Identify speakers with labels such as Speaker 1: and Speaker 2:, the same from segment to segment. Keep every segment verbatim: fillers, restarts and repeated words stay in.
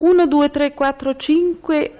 Speaker 1: uno, due, tre, quattro, cinque,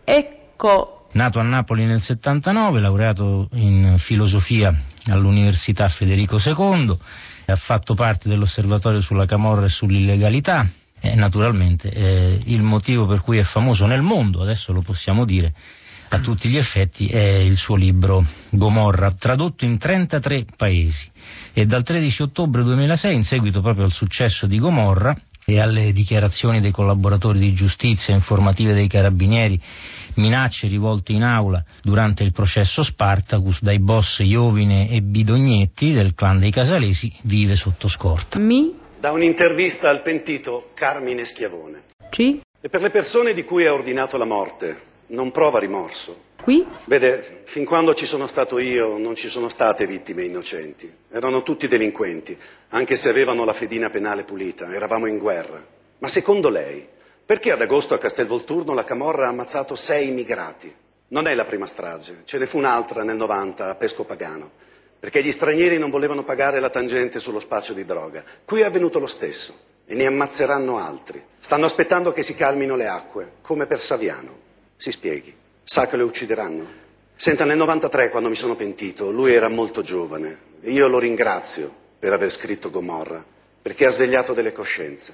Speaker 1: ecco.
Speaker 2: Nato a Napoli nel settantanove, laureato in filosofia all'Università Federico secondo, ha fatto parte dell'osservatorio sulla camorra e sull'illegalità. E naturalmente eh, il motivo per cui è famoso nel mondo, adesso lo possiamo dire a tutti gli effetti, è il suo libro Gomorra, tradotto in trentatré paesi. E dal tredici ottobre duemilasei, in seguito proprio al successo di Gomorra e alle dichiarazioni dei collaboratori di giustizia, informative dei carabinieri, minacce rivolte in aula durante il processo Spartacus dai boss Iovine e Bidognetti del clan dei Casalesi, vive sotto scorta.
Speaker 1: Mi?
Speaker 3: Da un'intervista al pentito Carmine Schiavone.
Speaker 1: Ci?
Speaker 3: E per le persone di cui ha ordinato la morte, non prova rimorso.
Speaker 1: Qui?
Speaker 3: Vede, fin quando ci sono stato io non ci sono state vittime innocenti. Erano tutti delinquenti, anche se avevano la fedina penale pulita. Eravamo in guerra. Ma secondo lei, perché ad agosto a Castelvolturno la camorra ha ammazzato sei immigrati? Non è la prima strage, ce ne fu un'altra nel novanta a Pescopagano, perché gli stranieri non volevano pagare la tangente sullo spaccio di droga. Qui è avvenuto lo stesso e ne ammazzeranno altri. Stanno aspettando che si calmino le acque, come per Saviano. Si spieghi. Sa che lo uccideranno? Senta, nel novantatré, quando mi sono pentito, lui era molto giovane e io lo ringrazio per aver scritto Gomorra, perché ha svegliato delle coscienze.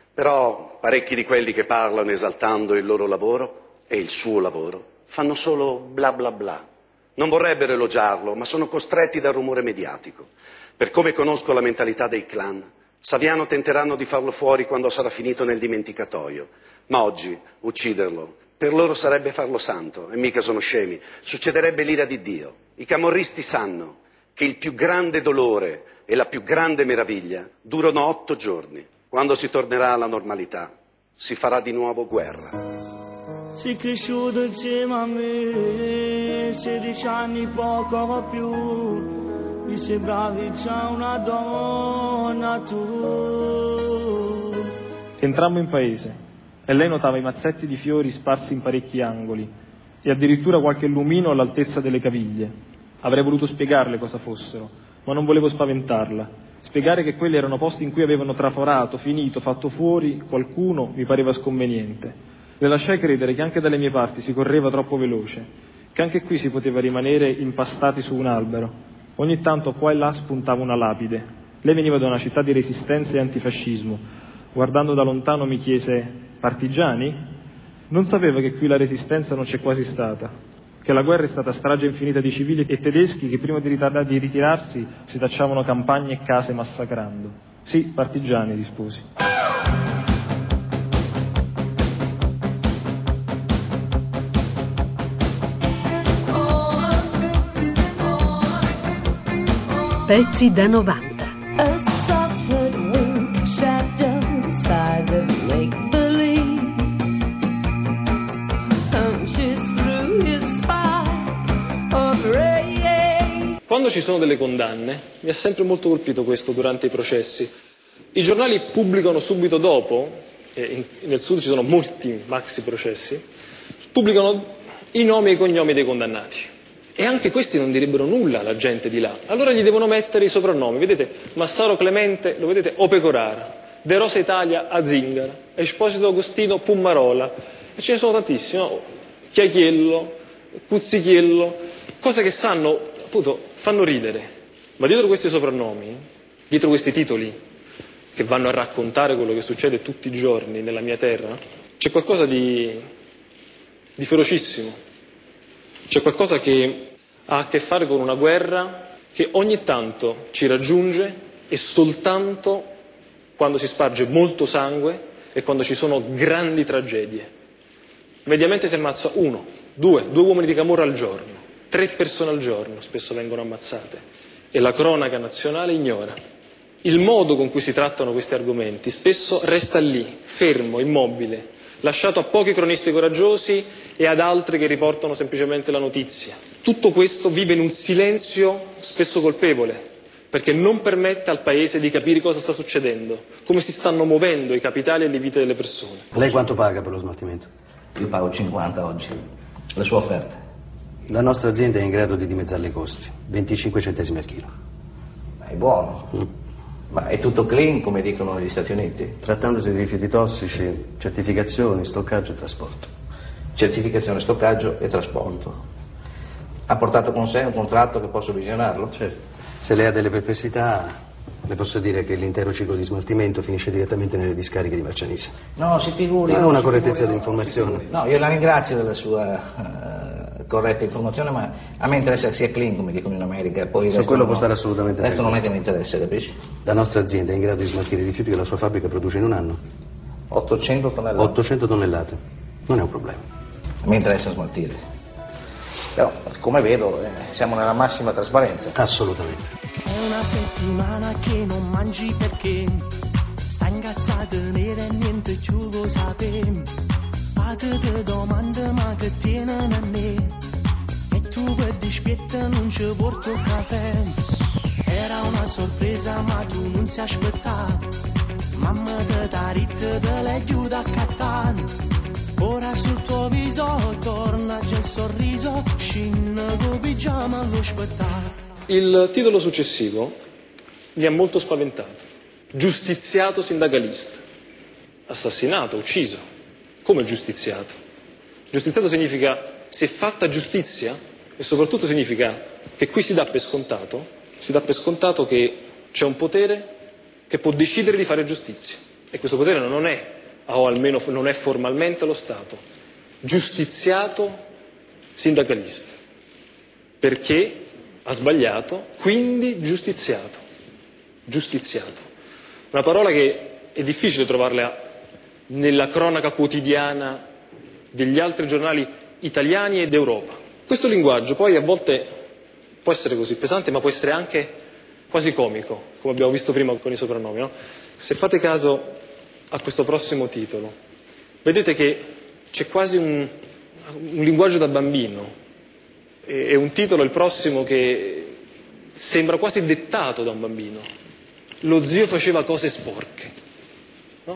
Speaker 3: Però parecchi di quelli che parlano esaltando il loro lavoro e il suo lavoro fanno solo bla bla bla. Non vorrebbero elogiarlo, ma sono costretti dal rumore mediatico. Per come conosco la mentalità dei clan, Saviano tenteranno di farlo fuori quando sarà finito nel dimenticatoio. Ma oggi, ucciderlo, per loro sarebbe farlo santo, e mica sono scemi. Succederebbe l'ira di Dio. I camorristi sanno che il più grande dolore e la più grande meraviglia durano otto giorni. Quando si tornerà alla normalità, si farà di nuovo guerra.
Speaker 4: Sei cresciuto insieme a me, sedici anni poco va più, mi sembravi già una donna tu.
Speaker 5: Entrammo in paese e lei notava i mazzetti di fiori sparsi in parecchi angoli e addirittura qualche lumino all'altezza delle caviglie. Avrei voluto spiegarle cosa fossero, ma non volevo spaventarla. Spiegare che quelli erano posti in cui avevano traforato, finito, fatto fuori qualcuno mi pareva sconveniente. Le lasciai credere che anche dalle mie parti si correva troppo veloce, che anche qui si poteva rimanere impastati su un albero. Ogni tanto qua e là spuntava una lapide. Lei veniva da una città di resistenza e antifascismo. Guardando da lontano mi chiese: partigiani? Non sapeva che qui la resistenza non c'è quasi stata, che la guerra è stata strage infinita di civili e tedeschi che prima di, ritar- di ritirarsi si tacciavano campagne e case massacrando. Sì, partigiani, risposi.
Speaker 6: Pezzi da novanta.
Speaker 5: Quando ci sono delle condanne, mi ha sempre molto colpito questo durante i processi. I giornali pubblicano subito dopo, e nel sud ci sono molti maxi processi, pubblicano i nomi e i cognomi dei condannati. E anche questi non direbbero nulla alla gente di là. Allora gli devono mettere i soprannomi. Vedete, Massaro Clemente, lo vedete, O Pecorara, De Rosa Italia a Zingara, Esposito Agostino Pummarola, e ce ne sono tantissimi, no? Chiachiello, Cuzzichiello, cose che sanno, appunto, fanno ridere. Ma dietro questi soprannomi, dietro questi titoli, che vanno a raccontare quello che succede tutti i giorni nella mia terra, c'è qualcosa di, di ferocissimo. C'è qualcosa che ha a che fare con una guerra che ogni tanto ci raggiunge e soltanto quando si sparge molto sangue e quando ci sono grandi tragedie. Mediamente si ammazza uno, due, due uomini di camorra al giorno, tre persone al giorno spesso vengono ammazzate e la cronaca nazionale ignora. Il modo con cui si trattano questi argomenti spesso resta lì, fermo, immobile, lasciato a pochi cronisti coraggiosi e ad altri che riportano semplicemente la notizia. Tutto questo vive in un silenzio spesso colpevole, perché non permette al Paese di capire cosa sta succedendo, come si stanno muovendo i capitali e le vite delle persone.
Speaker 7: Lei quanto paga per lo smaltimento?
Speaker 8: Io pago cinquanta oggi. Le sue offerte?
Speaker 7: La nostra azienda è in grado di dimezzare i costi, venticinque centesimi al chilo.
Speaker 8: È buono. Mm. Ma è tutto clean come dicono negli Stati Uniti?
Speaker 7: Trattandosi di rifiuti tossici, certificazioni, stoccaggio e trasporto.
Speaker 8: Certificazione, stoccaggio e trasporto. Ha portato con sé un contratto che posso visionarlo?
Speaker 7: Certo. Se lei ha delle perplessità, le posso dire che l'intero ciclo di smaltimento finisce direttamente nelle discariche di Marcianise.
Speaker 8: No, si figuri.
Speaker 7: Non è una correttezza
Speaker 8: figuri,
Speaker 7: di informazione.
Speaker 8: No, io la ringrazio della sua uh, corretta informazione, ma a me interessa che sia clean, come dicono in America. Poi
Speaker 7: Su quello
Speaker 8: no,
Speaker 7: può stare assolutamente
Speaker 8: il resto non è
Speaker 7: tranquillo.
Speaker 8: che mi interessa, capisci?
Speaker 7: La nostra azienda è in grado di smaltire i rifiuti che la sua fabbrica produce in un anno.
Speaker 8: ottocento tonnellate.
Speaker 7: ottocento tonnellate. Non è un problema.
Speaker 8: A me interessa smaltire. Però, come vedo, eh, siamo nella massima trasparenza.
Speaker 7: Assolutamente.
Speaker 4: È una settimana che non mangi perché sta incazzata nera e niente più lo sapem. Fate te domande ma che tienen a me. E tu per dispietta non ci porto caffè. Era una sorpresa ma tu non si aspettava. Mamma te dà ritta te le aiuta a cattare. Ora sul tuo viso torna c'è il sorriso, scinna con pigiama allo spettacolo.
Speaker 5: Il titolo successivo mi ha molto spaventato. Giustiziato sindacalista. Assassinato, ucciso. Come giustiziato? Giustiziato significa si è fatta giustizia e soprattutto significa che qui si dà per scontato, si dà per scontato che c'è un potere che può decidere di fare giustizia. E questo potere non è, o almeno non è formalmente, lo Stato. Giustiziato sindacalista. Perché ha sbagliato, quindi giustiziato. Giustiziato. Una parola che è difficile trovarla nella cronaca quotidiana degli altri giornali italiani ed d'Europa. Questo linguaggio poi a volte può essere così pesante, ma può essere anche quasi comico, come abbiamo visto prima con i soprannomi, no? Se fate caso a questo prossimo titolo, vedete che c'è quasi un, un linguaggio da bambino. È un titolo, il prossimo, che sembra quasi dettato da un bambino. Lo zio faceva cose sporche. No?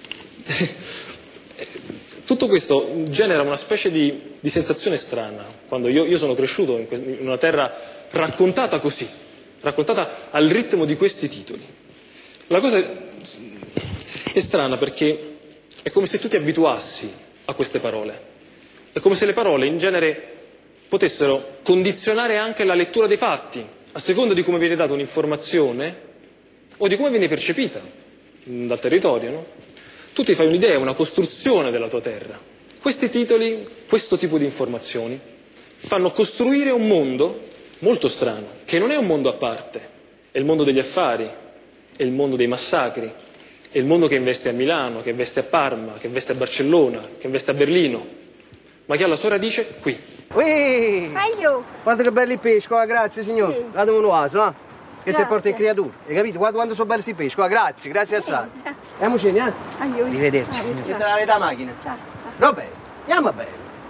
Speaker 5: Tutto questo genera una specie di, di sensazione strana. Quando io, io sono cresciuto in, in una terra raccontata così, raccontata al ritmo di questi titoli. La cosa è, è strana perché è come se tu ti abituassi a queste parole. È come se le parole in genere potessero condizionare anche la lettura dei fatti, a seconda di come viene data un'informazione o di come viene percepita dal territorio, no? Tu ti fai un'idea, una costruzione della tua terra. Questi titoli, questo tipo di informazioni, fanno costruire un mondo molto strano, che non è un mondo a parte, è il mondo degli affari, è il mondo dei massacri, è il mondo che investe a Milano, che investe a Parma, che investe a Barcellona, che investe a Berlino, ma che ha la sua radice qui.
Speaker 9: Ui!
Speaker 10: Aiuto!
Speaker 9: Guarda che belli pesci, qua, grazie signore. Sì. Guarda un vaso, eh? Che
Speaker 10: grazie.
Speaker 9: si porta in creatura, hai capito? Guarda quando sono belli si pesci, qua, grazie, grazie assai.
Speaker 10: Sì.
Speaker 9: Andiamo sceni, eh?
Speaker 10: Aiuto!
Speaker 9: Arrivederci, signore. Siete la da macchina?
Speaker 10: Ciao.
Speaker 9: Roberto, andiamo bene.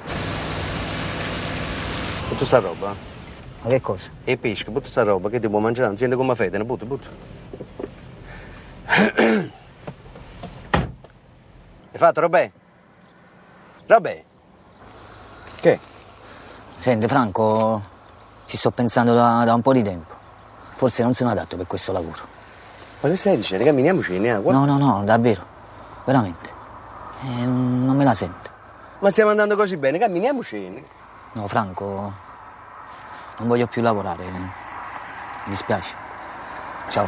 Speaker 9: Butta sta roba, eh?
Speaker 8: Ma che cosa?
Speaker 9: E pesca, butta sta roba, che ti può mangiare, non sente come fede, ne butta, butta. Hai fatto, Robè? Robè? Che?
Speaker 11: Senti Franco, ci sto pensando da, da un po' di tempo. Forse non sono adatto per questo lavoro.
Speaker 9: Ma che stai dicendo? Camminiamoci, ne qua?
Speaker 11: No, no, no, davvero. Veramente. Eh, non me la sento.
Speaker 9: Ma stiamo andando così bene, camminiamoci.
Speaker 11: No, Franco, non voglio più lavorare. Mi dispiace. Ciao.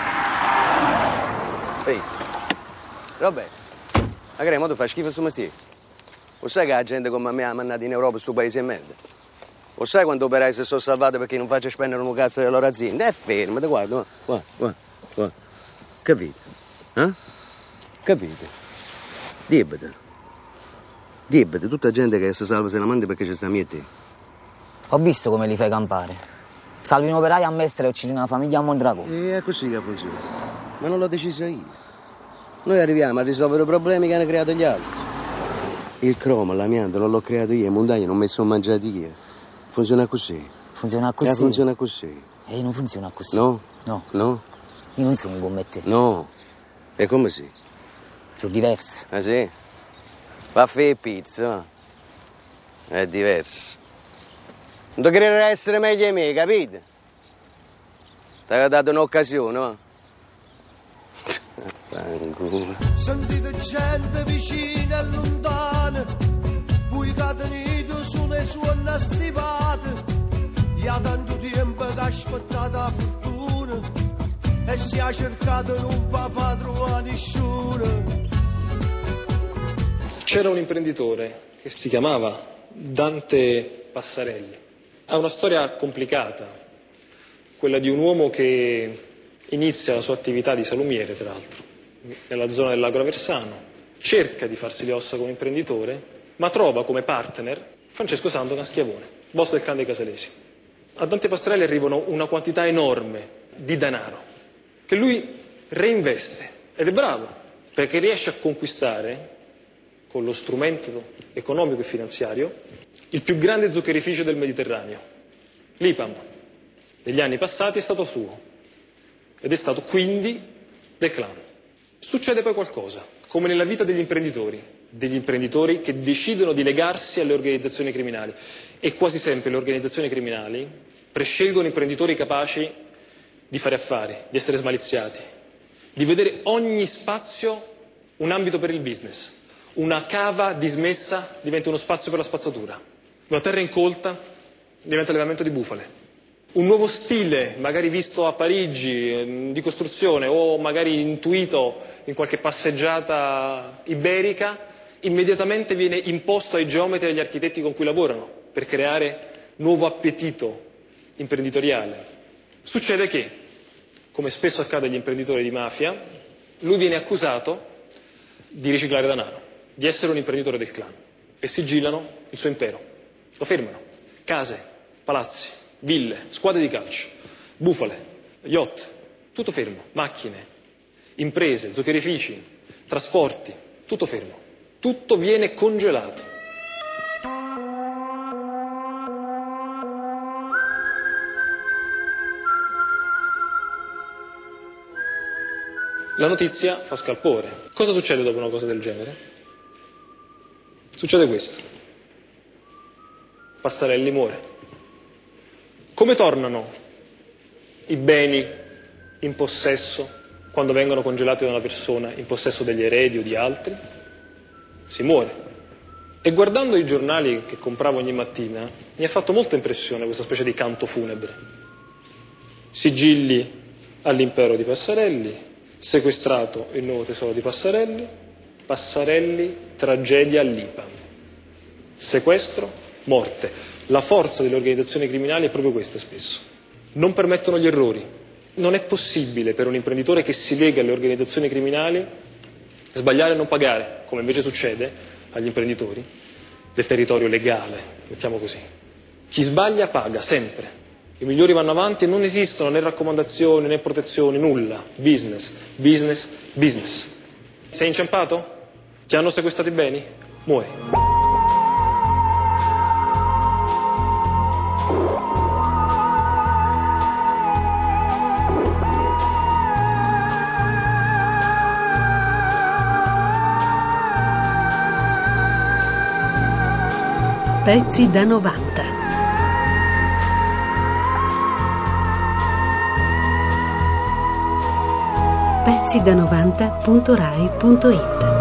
Speaker 9: Ehi, Roberto, ma che tu fai schifo su mestiere? Lo sai che la gente come me ha mandato in Europa sto paese e merda? Lo sai quando operai se sono salvato perché non faccio spendere un cazzo delle loro aziende? È fermo, guarda, guarda, guarda, guarda. Capite? Eh? Capite? Dibete. Dibete, tutta gente che si salva se la manda perché ci sta mia e te.
Speaker 11: Ho visto come li fai campare. Salvi un operaio a Mestre e uccidi una famiglia a Mondragone.
Speaker 9: E è così che funziona. Ma non l'ho deciso io. Noi arriviamo a risolvere i problemi che hanno creato gli altri. Il cromo, l'amianto, non l'ho creato io, le montagne non me sono mangiate io. Funziona così.
Speaker 11: Funziona così?
Speaker 9: Eh, funziona così.
Speaker 11: E non funziona così.
Speaker 9: No?
Speaker 11: No.
Speaker 9: No?
Speaker 11: Io non sono come te.
Speaker 9: No. E come sì?
Speaker 11: Sono diverso.
Speaker 9: Ah sì? Va a fare pizza. È diverso. Non ti crederai essere meglio di me, capite? Ti ha dato un'occasione, va? Franco.
Speaker 4: Sentite gente vicina e lontana, voi che tenete su le sue nastivate, ya tanto tempo che aspettate la fortuna e si è cercato non va fa trovare nessuno.
Speaker 5: C'era un imprenditore che si chiamava Dante Passarelli. Ha una storia complicata, quella di un uomo che inizia la sua attività di salumiere, tra l'altro, nella zona del lago Aversano, cerca di farsi le ossa come imprenditore, ma trova come partner Francesco Sandokan Schiavone, boss del clan dei Casalesi. A Dante Passarelli arrivano una quantità enorme di denaro, che lui reinveste, ed è bravo, perché riesce a conquistare, con lo strumento economico e finanziario, il più grande zuccherificio del Mediterraneo, l'I P A M. Negli anni passati è stato suo, ed è stato quindi del clan. Succede poi qualcosa, come nella vita degli imprenditori, degli imprenditori che decidono di legarsi alle organizzazioni criminali, e quasi sempre le organizzazioni criminali prescelgono imprenditori capaci di fare affari, di essere smaliziati, di vedere ogni spazio un ambito per il business. Una cava dismessa diventa uno spazio per la spazzatura, una terra incolta diventa allevamento di bufale. Un nuovo stile, magari visto a Parigi, di costruzione, o magari intuito in qualche passeggiata iberica, immediatamente viene imposto ai geometri e agli architetti con cui lavorano, per creare nuovo appetito imprenditoriale. Succede che, come spesso accade agli imprenditori di mafia, lui viene accusato di riciclare denaro, di essere un imprenditore del clan, e sigillano il suo impero. Lo fermano. Case, palazzi, ville, squadre di calcio, bufale, yacht, tutto fermo. Macchine, imprese, zuccherifici, trasporti, tutto fermo. Tutto viene congelato. La notizia fa scalpore. Cosa succede dopo una cosa del genere? Succede questo. Passarelli muore. Come tornano i beni in possesso quando vengono congelati da una persona in possesso degli eredi o di altri? Si muore. E guardando i giornali che compravo ogni mattina mi ha fatto molta impressione questa specie di canto funebre. Sigilli all'impero di Passarelli, sequestrato il nuovo tesoro di Passarelli, Passarelli, tragedia all'I P A M. Sequestro, morte. La forza delle organizzazioni criminali è proprio questa spesso. Non permettono gli errori. Non è possibile per un imprenditore che si lega alle organizzazioni criminali sbagliare e non pagare, come invece succede agli imprenditori del territorio legale, mettiamo così. Chi sbaglia paga, sempre. I migliori vanno avanti e non esistono né raccomandazioni né protezioni, nulla. Business, business, business. Sei inciampato? Ti hanno sequestrato i beni? Muori.
Speaker 6: Pezzi da novanta. pezzi da novanta punto rai punto it